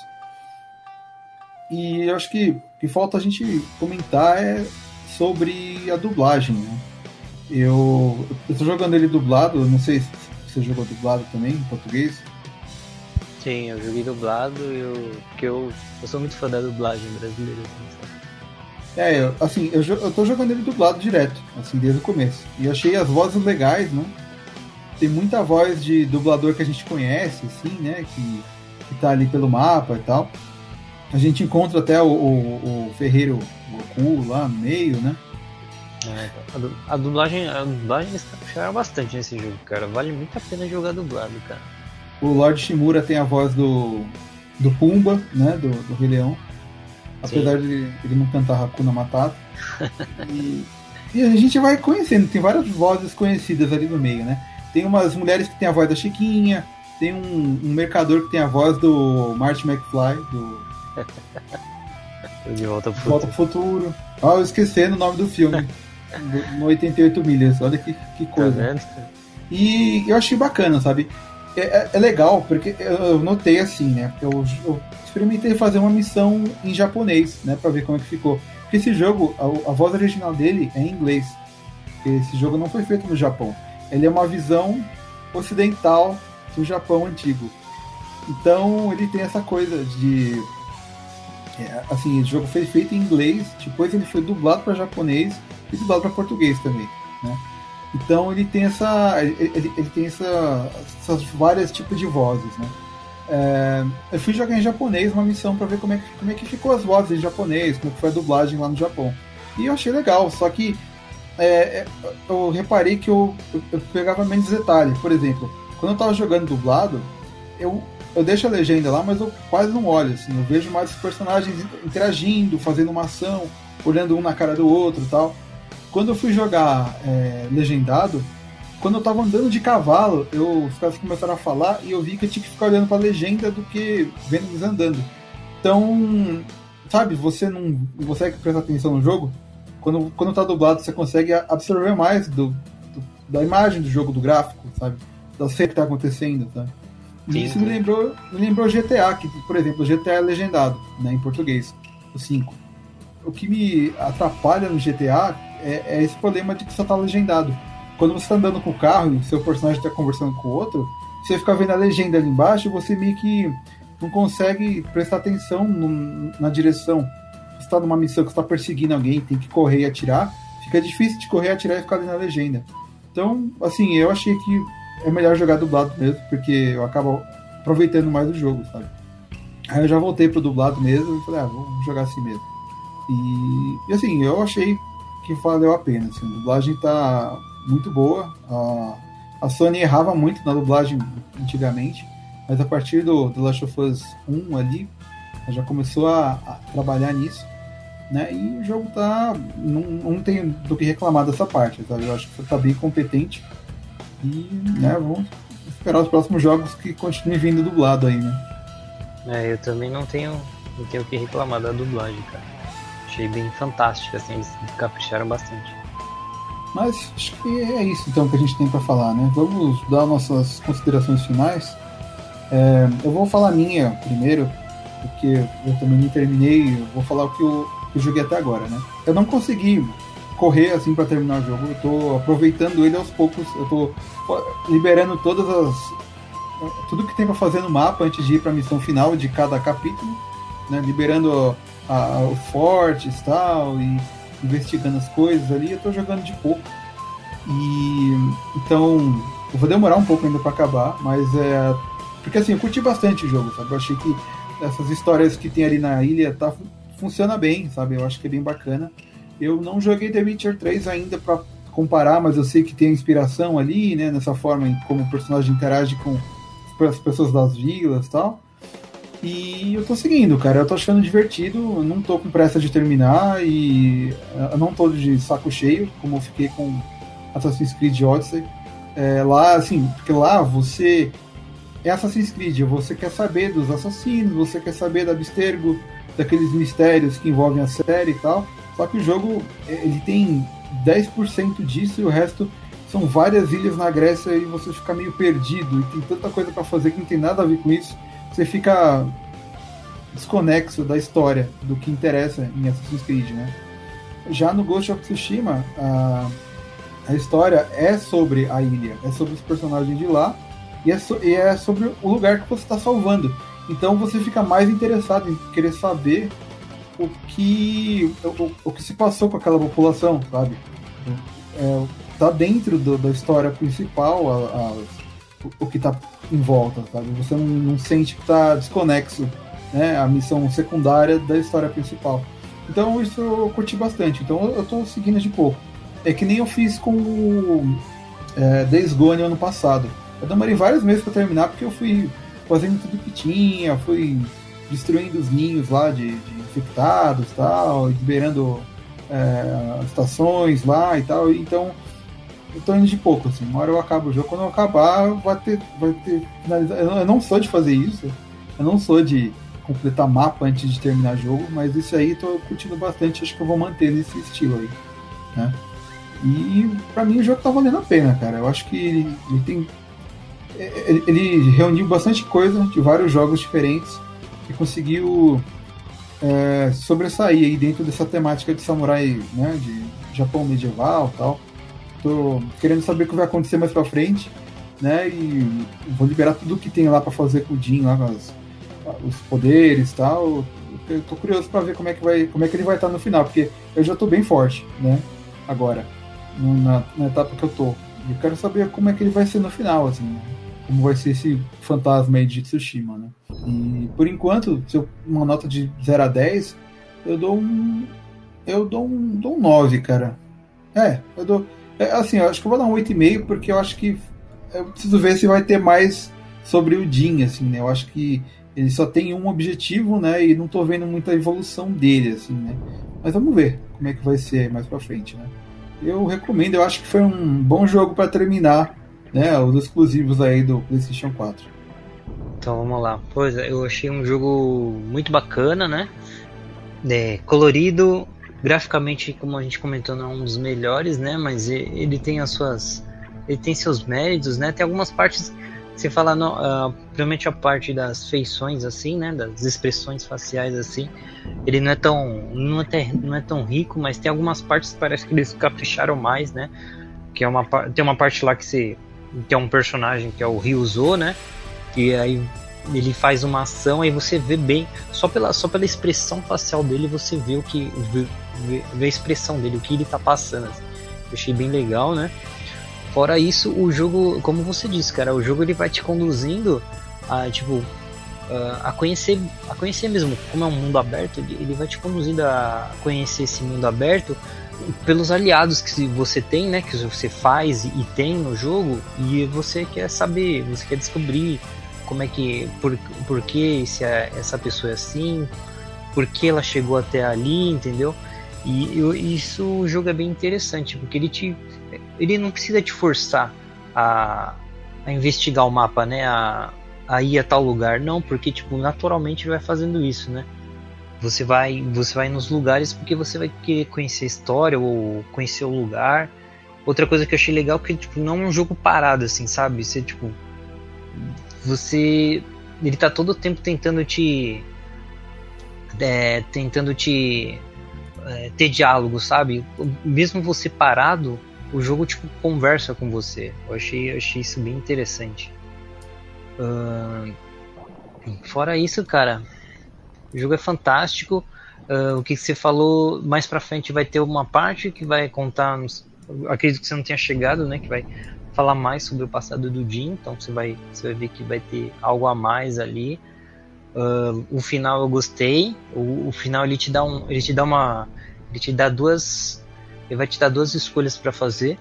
Speaker 1: E eu acho que o que falta a gente comentar é sobre a dublagem, né? Eu, eu tô jogando ele dublado, eu não sei se você jogou dublado também, em português.
Speaker 2: Sim, eu joguei dublado, eu, porque eu, eu sou muito fã da dublagem brasileira, assim, sabe?
Speaker 1: É, eu, assim, eu, eu tô jogando ele dublado direto, assim, desde o começo. E achei as vozes legais, né? Tem muita voz de dublador que a gente conhece, assim, né? Que, que tá ali pelo mapa e tal. A gente encontra até o, o, o Ferreiro Goku lá no meio, né?
Speaker 2: É, a, a dublagem, a dublagem eles puxaram bastante nesse jogo, cara. Vale muito a pena jogar dublado, cara.
Speaker 1: O Lord Shimura tem a voz do, do Pumba, né? Do, do Rei Leão. Apesar Sim. de ele não cantar Hakuna Matata. E, e a gente vai conhecendo, tem várias vozes conhecidas ali no meio, né? Tem umas mulheres que tem a voz da Chiquinha, tem um, um mercador que tem a voz do Marty McFly, do
Speaker 2: De Volta pro
Speaker 1: Volta
Speaker 2: Futuro.
Speaker 1: pro Futuro. Ah, eu esquecendo o nome do filme. No oitenta e oito milhas, olha que, que coisa.
Speaker 2: Tá vendo?
Speaker 1: E eu achei bacana, sabe? É, é, é legal, porque eu notei assim, né? Eu, eu experimentei fazer uma missão em japonês, né? Pra ver como é que ficou. Porque esse jogo, a, a voz original dele é em inglês. Esse jogo não foi feito no Japão. Ele é uma visão ocidental do Japão antigo. Então ele tem essa coisa de... É, assim, o jogo foi feito em inglês, depois ele foi dublado para japonês e dublado para português também, né? Então ele tem essa, ele, ele tem essa, essas várias tipos de vozes, né? É, eu fui jogar em japonês uma missão para ver como é, que, como é que ficou as vozes em japonês, como é que foi a dublagem lá no Japão. E eu achei legal, só que é, eu reparei que eu, eu, eu pegava menos detalhe. Por exemplo, quando eu tava jogando dublado, eu Eu deixo a legenda lá, mas eu quase não olho, assim. Eu vejo mais os personagens interagindo, fazendo uma ação, olhando um na cara do outro e tal. Quando eu fui jogar é, legendado, quando eu tava andando de cavalo, eu, os caras começaram a falar e eu vi que eu tinha que ficar olhando pra legenda do que vendo eles andando. Então, sabe, você não consegue prestar atenção no jogo. Quando, quando tá dublado, você consegue absorver mais do, do, da imagem do jogo, do gráfico, sabe? Da cena que tá acontecendo, sabe?
Speaker 2: Sim,
Speaker 1: Isso
Speaker 2: sim.
Speaker 1: me lembrou, me lembrou G T A, que, por exemplo, o G T A é legendado, né, em português, o cinco. O que me atrapalha no G T A é, é esse problema de que só tá legendado. Quando você tá andando com o carro e o seu personagem tá conversando com o outro, você fica vendo a legenda ali embaixo e você meio que não consegue prestar atenção no, na direção. Você tá numa missão que você tá perseguindo alguém, tem que correr e atirar, fica difícil de correr, atirar e ficar ali na legenda. Então, assim, eu achei que é melhor jogar dublado mesmo, porque eu acabo aproveitando mais o jogo, sabe? Aí eu já voltei pro dublado mesmo e falei, ah, vou jogar assim mesmo. E, e assim, eu achei que valeu a pena, assim, a dublagem tá muito boa. A, a Sony errava muito na dublagem antigamente, mas a partir do, do Last of Us um ali, já começou a, a trabalhar nisso, né? E o jogo tá. Não, não tem do que reclamar dessa parte, sabe? Eu acho que tá bem competente. E, né, vamos esperar os próximos jogos que continuem vindo dublado aí, né?
Speaker 2: É, eu também não tenho não tenho o que reclamar da dublagem, cara. Achei bem fantástico, assim, eles capricharam bastante.
Speaker 1: Mas acho que é isso então que a gente tem pra falar, né? Vamos dar nossas considerações finais. É, eu vou falar a minha primeiro, porque eu também não terminei, eu vou falar o que eu, que eu joguei até agora, né? Eu não consegui correr assim pra terminar o jogo, eu tô aproveitando ele aos poucos, eu tô liberando todas as... tudo que tem pra fazer no mapa antes de ir pra missão final de cada capítulo, né? Liberando a, a, os fortes e tal, e investigando as coisas ali, eu tô jogando de pouco. E então eu vou demorar um pouco ainda pra acabar, mas é... porque assim, eu curti bastante o jogo, sabe? Eu achei que essas histórias que tem ali na ilha tá, funciona bem, sabe? Eu acho que é bem bacana. Eu não joguei The Witcher três ainda pra comparar, mas eu sei que tem inspiração ali, né? Nessa forma em como o personagem interage com as pessoas das vilas e tal. E eu tô seguindo, cara. Eu tô achando divertido, eu não tô com pressa de terminar e eu não tô de saco cheio, como eu fiquei com Assassin's Creed Odyssey. É, lá, assim, porque lá você... é Assassin's Creed, você quer saber dos assassinos, você quer saber da Abstergo, daqueles mistérios que envolvem a série e tal. Só que o jogo, ele tem dez por cento disso e o resto são várias ilhas na Grécia e você fica meio perdido e tem tanta coisa pra fazer que não tem nada a ver com isso. Você fica desconexo da história, do que interessa em Assassin's Creed, né? Já no Ghost of Tsushima, a, a história é sobre a ilha, é sobre os personagens de lá, e é, so, e é sobre o lugar que você está salvando. Então você fica mais interessado em querer saber o que, o, o que se passou com aquela população, sabe? É, tá dentro do, da história principal, a, a, o, o que tá em volta, sabe? Você não, não sente que tá desconexo, né, a missão secundária da história principal. Então isso eu curti bastante. Então eu, eu tô seguindo de pouco. É que nem eu fiz com o é, Days Gone ano passado. Eu demorei vários meses para terminar porque eu fui fazendo tudo que tinha, fui destruindo os ninhos lá de, de infectados e tal, liberando é, estações lá e tal. Então eu tô indo de pouco, assim. Uma hora eu acabo o jogo, quando eu acabar vai ter, vai ter finalizado. Eu não sou de fazer isso, eu não sou de completar mapa antes de terminar o jogo, mas isso aí tô curtindo bastante, acho que eu vou manter nesse estilo aí, né? E pra mim o jogo tá valendo a pena, cara. Eu acho que ele, ele tem ele, ele reuniu bastante coisa de vários jogos diferentes e conseguiu é, sobressair aí dentro dessa temática de samurai, né, de Japão medieval e tal. Tô querendo saber o que vai acontecer mais pra frente, né, e vou liberar tudo que tem lá pra fazer com o Jin lá, as, os poderes e tal. Eu tô curioso pra ver como é que vai, como é que ele vai estar no final, porque eu já tô bem forte, né, agora, na, na etapa que eu tô. E eu quero saber como é que ele vai ser no final, assim, como vai ser esse fantasma aí de Tsushima, né. E por enquanto, se eu, uma nota de zero a dez, eu dou um. Eu dou um, dou um nove, cara. É, eu dou. É, assim, eu acho que eu vou dar um oito vírgula cinco, porque eu acho que. Eu preciso ver se vai ter mais sobre o Jin, assim, né? Eu acho que ele só tem um objetivo, né? E não tô vendo muita evolução dele, assim, né? Mas vamos ver como é que vai ser mais pra frente, né? Eu recomendo, eu acho que foi um bom jogo pra terminar, né? Os exclusivos aí do PlayStation quatro.
Speaker 2: Então vamos lá. Pois é, eu achei um jogo muito bacana, né? É, colorido, graficamente, como a gente comentou, não é um dos melhores, né? Mas ele tem as suas, ele tem seus méritos, né? Tem algumas partes que você fala, não, uh, principalmente a parte das feições, assim, né? Das expressões faciais, assim. Ele não é tão, não é, ter, não é tão rico, mas tem algumas partes que parece que eles capricharam mais, né? Que é uma, tem uma parte lá que se, que é um personagem que é o Ryuzo, né? Que aí ele faz uma ação, aí você vê bem, só pela, só pela expressão facial dele, você vê o que vê, vê, vê a expressão dele, o que ele tá passando, assim. Eu achei bem legal, né? Fora isso, o jogo, como você disse, cara, o jogo ele vai te conduzindo a, tipo, a conhecer, a conhecer mesmo, como é um mundo aberto, ele, ele vai te conduzindo a conhecer esse mundo aberto pelos aliados que você tem, né, que você faz e tem no jogo, e você quer saber, você quer descobrir como é que, por, por que se a, essa pessoa é assim, por que ela chegou até ali, entendeu? E eu, isso o jogo é bem interessante, porque ele te, ele não precisa te forçar a, a investigar o mapa, né, a, a ir a tal lugar, não, porque tipo, naturalmente ele vai fazendo isso, né? Você vai, você vai nos lugares porque você vai querer conhecer a história ou conhecer o lugar. Outra coisa que eu achei legal é que tipo, não é um jogo parado assim, sabe? Você tipo, você, ele tá todo o tempo tentando te, é, tentando te é, ter diálogo, sabe? Mesmo você parado, o jogo tipo conversa com você. Eu achei, eu achei isso bem interessante. Uh, fora isso, cara, o jogo é fantástico. Uh, o que você falou, mais pra frente vai ter uma parte que vai contar, acredito que você não tenha chegado, né, que vai falar mais sobre o passado do Jin, então você vai, você vai ver que vai ter algo a mais ali. Uh, o final eu gostei. O, o final ele te dá um, ele te dá uma, ele te dá duas, ele vai te dar duas escolhas para fazer,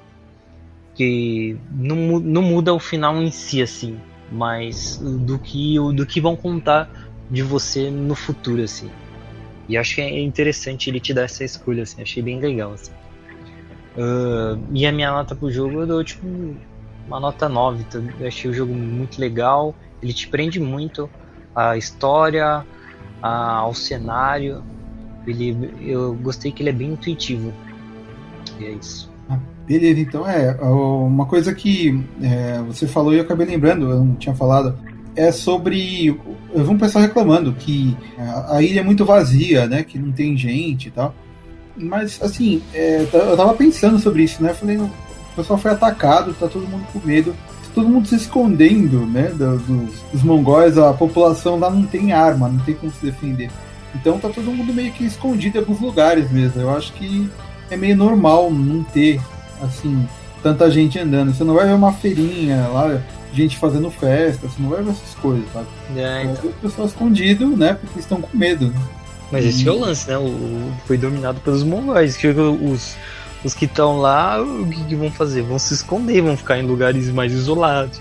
Speaker 2: que não, não muda o final em si assim, mas do que, do que vão contar de você no futuro assim. E acho que é interessante ele te dar essa escolha assim, achei bem legal assim. Uh, e a minha nota pro jogo eu dou tipo uma nota nove. Eu achei o jogo muito legal, ele te prende muito a história, a, ao cenário. Ele, eu gostei que ele é bem intuitivo. E é isso.
Speaker 1: Ah, beleza, então é uma coisa que é, você falou e eu acabei lembrando, eu não tinha falado, é sobre, eu vi um pessoal reclamando que a, a ilha é muito vazia, né, que não tem gente e tal. Mas, assim, é, eu tava pensando sobre isso, né? Eu falei, o pessoal foi atacado, tá todo mundo com medo, tá todo mundo se escondendo, né? Dos, dos mongóis, a população lá não tem arma, não tem como se defender. Então tá todo mundo meio que escondido em alguns lugares mesmo. Eu acho que é meio normal não ter, assim, tanta gente andando. Você não vai ver uma feirinha lá, gente fazendo festa, você não vai ver essas coisas, sabe?
Speaker 2: É, então.
Speaker 1: O pessoal escondido, né? Porque estão com medo.
Speaker 2: Mas esse é o lance, né? O, o, foi dominado pelos mongóis. Que os, os que estão lá, o que, que vão fazer? Vão se esconder, vão ficar em lugares mais isolados.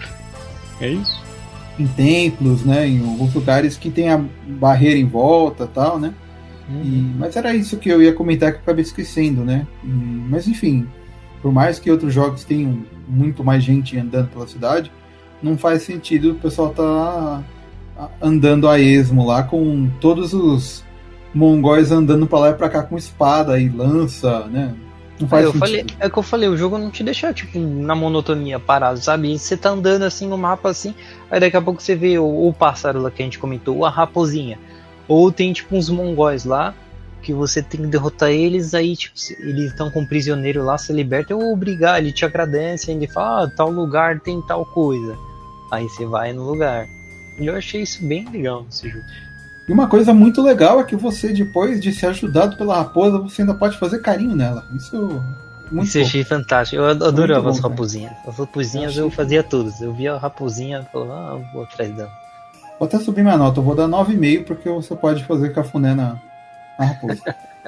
Speaker 2: É isso?
Speaker 1: Em templos, né? Em alguns lugares que tem a barreira em volta e tal, né? Uhum. E, mas era isso que eu ia comentar que eu acabei esquecendo, né? E, mas enfim, por mais que outros jogos tenham muito mais gente andando pela cidade, não faz sentido o pessoal tá andando a esmo lá com todos os mongóis andando pra lá e pra cá com espada e lança, né? Não faz
Speaker 2: é, eu
Speaker 1: sentido.
Speaker 2: falei, é que eu falei, o jogo não te deixa, tipo, na monotonia parado, sabe? E você tá andando assim no mapa assim, aí daqui a pouco você vê o, o pássaro lá que a gente comentou, ou a raposinha. Ou tem tipo uns mongóis lá, que você tem que derrotar eles, aí tipo, eles estão com um prisioneiro lá, você liberta, ou brigar, ele te agradece, ele fala, ah, tal lugar tem tal coisa. Aí você vai no lugar. E eu achei isso bem legal nesse jogo.
Speaker 1: E uma coisa muito legal é que você, depois de ser ajudado pela raposa, você ainda pode fazer carinho nela. Isso é muito
Speaker 2: Isso eu achei fantástico. Eu adorava as
Speaker 1: bom,
Speaker 2: raposinhas. As raposinhas eu,
Speaker 1: eu
Speaker 2: fazia todas. Eu via a raposinha e falava, ah, eu vou atrás dela.
Speaker 1: Vou até subir minha nota, eu vou dar nove vírgula cinco porque você pode fazer cafuné na, na raposa.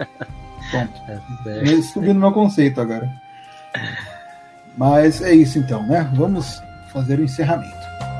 Speaker 1: Pronto. É, subi no meu conceito agora. Mas é isso então, né? Vamos fazer o encerramento.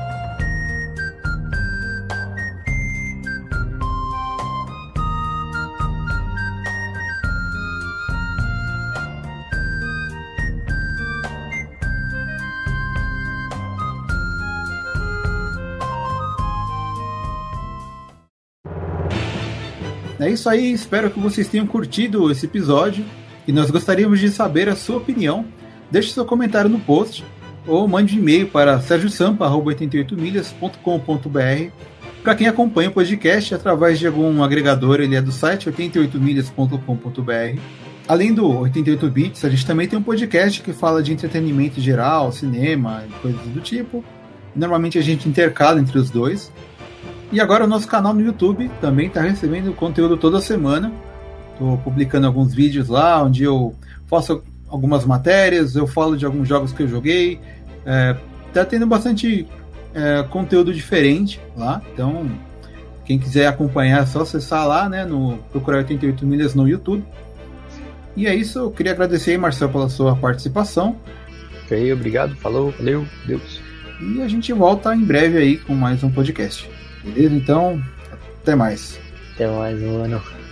Speaker 1: É isso aí, espero que vocês tenham curtido esse episódio e nós gostaríamos de saber a sua opinião. Deixe seu comentário no post ou mande um e-mail para sergio sampa arroba oitenta e oito milhas ponto com ponto b r. Para quem acompanha o podcast através de algum agregador, ele é do site oitenta e oito milhas ponto com ponto b r. Além do oitenta e oito bits, a gente também tem um podcast que fala de entretenimento geral, cinema e coisas do tipo. Normalmente a gente intercala entre os dois. E agora o nosso canal no YouTube também está recebendo conteúdo toda semana. Estou publicando alguns vídeos lá, onde eu faço algumas matérias, eu falo de alguns jogos que eu joguei. Está é, tendo bastante é, conteúdo diferente lá. Então, quem quiser acompanhar é só acessar lá, né, no, procurar oitenta e oito milhas no YouTube. E é isso, eu queria agradecer aí, Marcel, pela sua participação.
Speaker 2: Ok, obrigado, falou, valeu, Deus.
Speaker 1: E a gente volta em breve aí com mais um podcast. Beleza? Então, até mais.
Speaker 2: Até mais, mano.